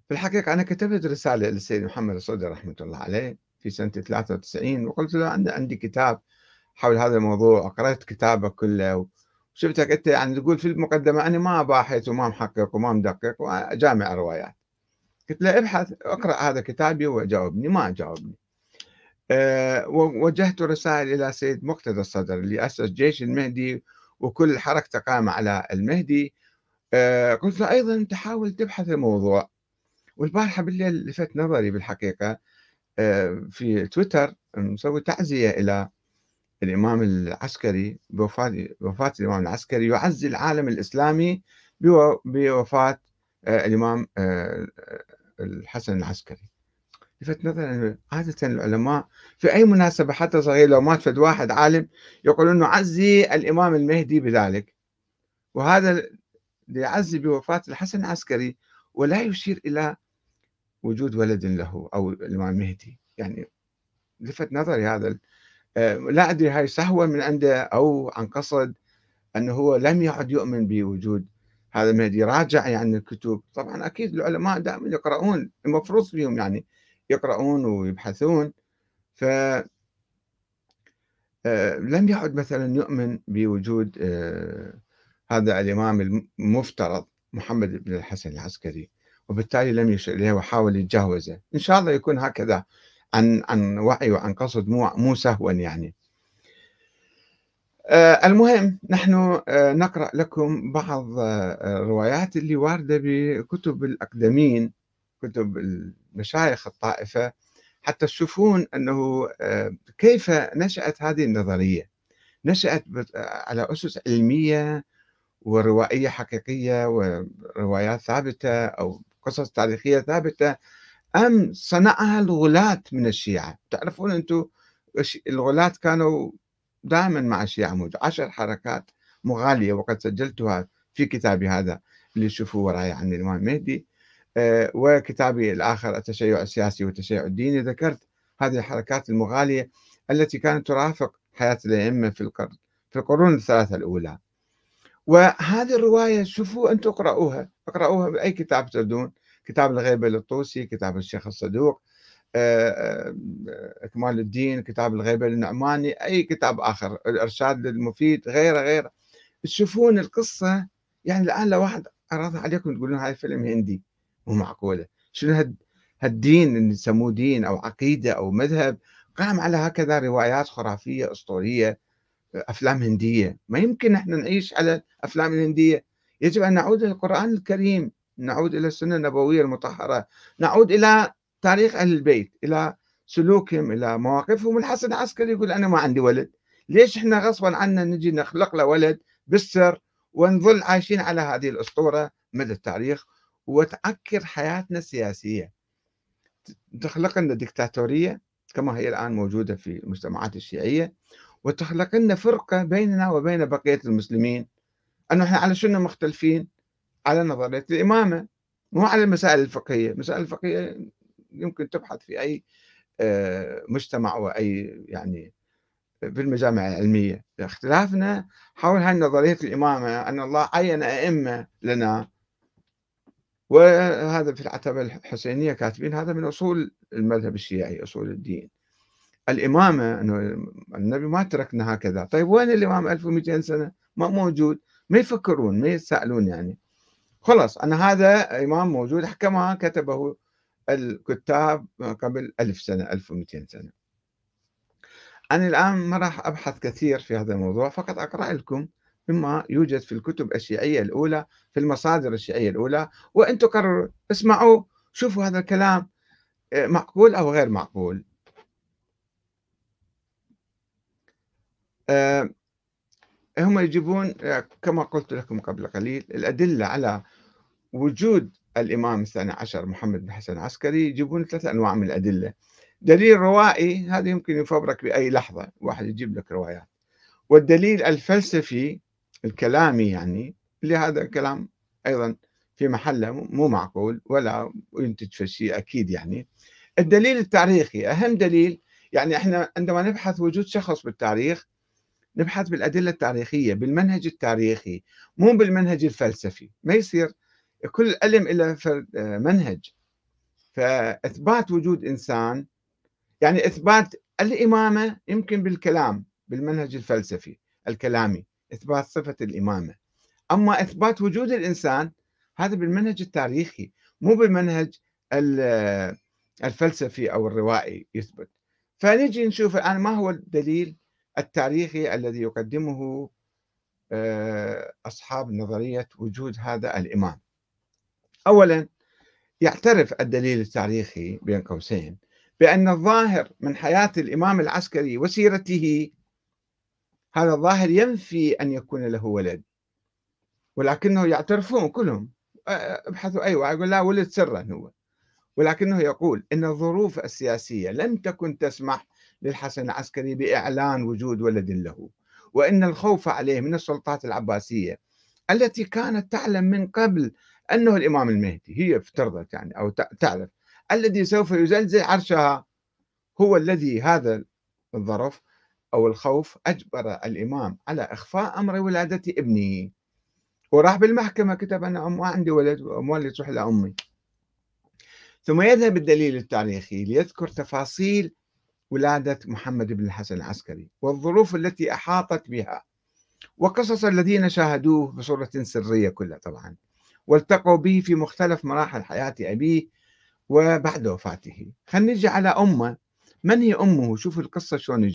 في الحقيقة أنا كتبت رسالة للسيد محمد الصدر رحمة الله عليه في سنة 93، وقلت له عندي كتاب حول هذا الموضوع، وقرأت كتابك كله، وشفتك أنت يعني تقول في المقدمة أنا ما باحث وما محقق وما مدقق وجامع روايات. قلت له ابحث اقرأ هذا كتابي وجاوبني، ما جاوبني. ووجهت رسائل إلى سيد مقتدى الصدر اللي أسس جيش المهدي وكل حركته قائمة على المهدي. قلت له أيضا تحاول تبحث الموضوع. والبارحة بالليل لفت نظري بالحقيقة في تويتر مسوي تعزية إلى الإمام العسكري بوفاة الإمام العسكري، يعزي العالم الإسلامي بوفاة الإمام الحسن العسكري. لفت نظري أنه عادة العلماء في أي مناسبة حتى صغيرة لو مات فد واحد عالم يقولون نعزي الإمام المهدي بذلك، وهذا اللي يعزي بوفاة الحسن العسكري ولا يشير إلى وجود ولد له أو الإمام المهدي. يعني لفت نظري هذا لا أدري هاي سهوة من عنده أو عن قصد، أنه هو لم يعد يؤمن بوجود هذا المهدي. راجع يعني الكتب، طبعا أكيد العلماء دائما يقرؤون، المفروض فيهم يعني يقرؤون ويبحثون. فلم يعد مثلا يؤمن بوجود هذا الإمام المفترض محمد بن الحسن العسكري، وبالتالي لم يشر إليه وحاول يتجاوزه. إن شاء الله يكون هكذا عن وعي وعن قصد، مو سهوا يعني. المهم نحن نقرأ لكم بعض الروايات اللي واردة بكتب الأقدمين، كتب المشايخ الطائفة، حتى تشوفون أنه كيف نشأت هذه النظرية. نشأت على أسس علمية وروائية حقيقية وروايات ثابتة أو قصص تاريخية ثابتة، أم صنعها الغلاة من الشيعة. تعرفون أنتم الغلاة كانوا دائما مع الشيعة موجود. 10 حركات مغالية وقد سجلتها في كتابي هذا اللي تشوفوه وراي عن الإمام المهدي، وكتابي الآخر التشيع السياسي والتشيع الديني، ذكرت هذه الحركات المغالية التي كانت ترافق حياة الأئمة في القرون الثلاثة الأولى. وهذه الرواية شوفوا أنتم اقرأوها بأي كتاب تردون، كتاب الغيبة للطوسي، كتاب الشيخ الصدوق، إكمال الدين، كتاب الغيبة للنعماني، أي كتاب آخر، الإرشاد للمفيد، غيره غيره. تشوفون القصة. يعني الآن لو واحد عرضها عليكم تقولون هاي فيلم هندي، مو معقولة. شنو هالدين اللي يسموه دين أو عقيدة أو مذهب قام على هكذا روايات خرافية أسطورية، أفلام هندية؟ ما يمكن احنا نعيش على الأفلام الهندية. يجب أن نعود إلى القرآن الكريم، نعود إلى السنة النبوية المطهرة، نعود إلى تاريخ أهل البيت، إلى سلوكهم، إلى مواقفهم. الحسن العسكري يقول أنا ما عندي ولد، ليش احنا غصبا عنا نجي نخلق له ولد بالسر ونظل عايشين على هذه الأسطورة مدى التاريخ وتعكر حياتنا السياسية، تخلق لنا ديكتاتورية كما هي الآن موجودة في المجتمعات الشيعية، وتخلق لنا فرقة بيننا وبين بقية المسلمين. أنه إحنا على شنو مختلفين؟ على نظرية الإمامة، مو على المسائل الفقهية. المسائل الفقهية يمكن تبحث في أي مجتمع وأي يعني في المجامع العلمية. اختلافنا حول هاي نظرية الإمامة، أن الله عين أئمة لنا، وهذا في العتبة الحسينية كاتبين هذا من أصول المذهب الشيعي، أصول الدين. الإمامة أنه النبي ما تركنا هكذا. طيب وين الإمام 1200 سنة؟ ما موجود. ما يفكرون، ما يتساءلون يعني. خلاص أنا هذا إمام موجود كما كتبه الكتاب قبل 1000 سنة، 1200 سنة. أنا الآن ما راح أبحث كثير في هذا الموضوع، فقط أقرأ لكم مما يوجد في الكتب الشيعية الأولى، في المصادر الشيعية الأولى، وأنتم قرروا، اسمعوا، شوفوا هذا الكلام معقول أو غير معقول. آه، هم يجيبون كما قلت لكم قبل قليل الأدلة على وجود الإمام الثاني عشر محمد بن حسن العسكري. يجيبون 3 أنواع من الأدلة. دليل روائي، هذا يمكن يفبرك بأي لحظة، واحد يجيب لك روايات. والدليل الفلسفي الكلامي يعني، اللي هذا كلام أيضا في محله مو معقول ولا ينتج في شيء أكيد يعني. الدليل التاريخي أهم دليل. يعني احنا عندما نبحث وجود شخص بالتاريخ نبحث بالأدلة التاريخية، بالمنهج التاريخي، مو بالمنهج الفلسفي. ما يصير كل علم له منهج. فإثبات وجود إنسان يعني إثبات الإمامة يمكن بالكلام، بالمنهج الفلسفي الكلامي، إثبات صفة الإمامة، أما إثبات وجود الإنسان هذا بالمنهج التاريخي، مو بالمنهج الفلسفي أو الروائي يثبت. فنجي نشوف الآن ما هو الدليل التاريخي الذي يقدمه أصحاب نظرية وجود هذا الإمام. أولا يعترف الدليل التاريخي بين قوسين بأن الظاهر من حياة الإمام العسكري وسيرته هذا الظاهر ينفي أن يكون له ولد، ولكنه يعترفون كلهم، ابحثوا أي واحد يقول لا ولد سرا هو، ولكنه يقول إن الظروف السياسية لم تكن تسمح للحسن العسكري بإعلان وجود ولد له، وإن الخوف عليه من السلطات العباسية التي كانت تعلم من قبل أنه الإمام المهدي، هي افترضت يعني أو تعرف الذي سوف يزلزل عرشها، هو الذي هذا الظرف أو الخوف أجبر الإمام على إخفاء أمر ولادة ابنه، وراح بالمحكمة كتب أنا ما عندي ولد وأموالي تروح لأمي. ثم يذهب الدليل التاريخي ليذكر تفاصيل ولادة محمد بن الحسن العسكري والظروف التي أحاطت بها وقصص الذين شاهدوه بصورة سرية كلها طبعا، والتقوا به في مختلف مراحل حياة أبيه وبعد وفاته. خلينا نجي على أمه، من هي أمه؟ شوفوا القصة شلون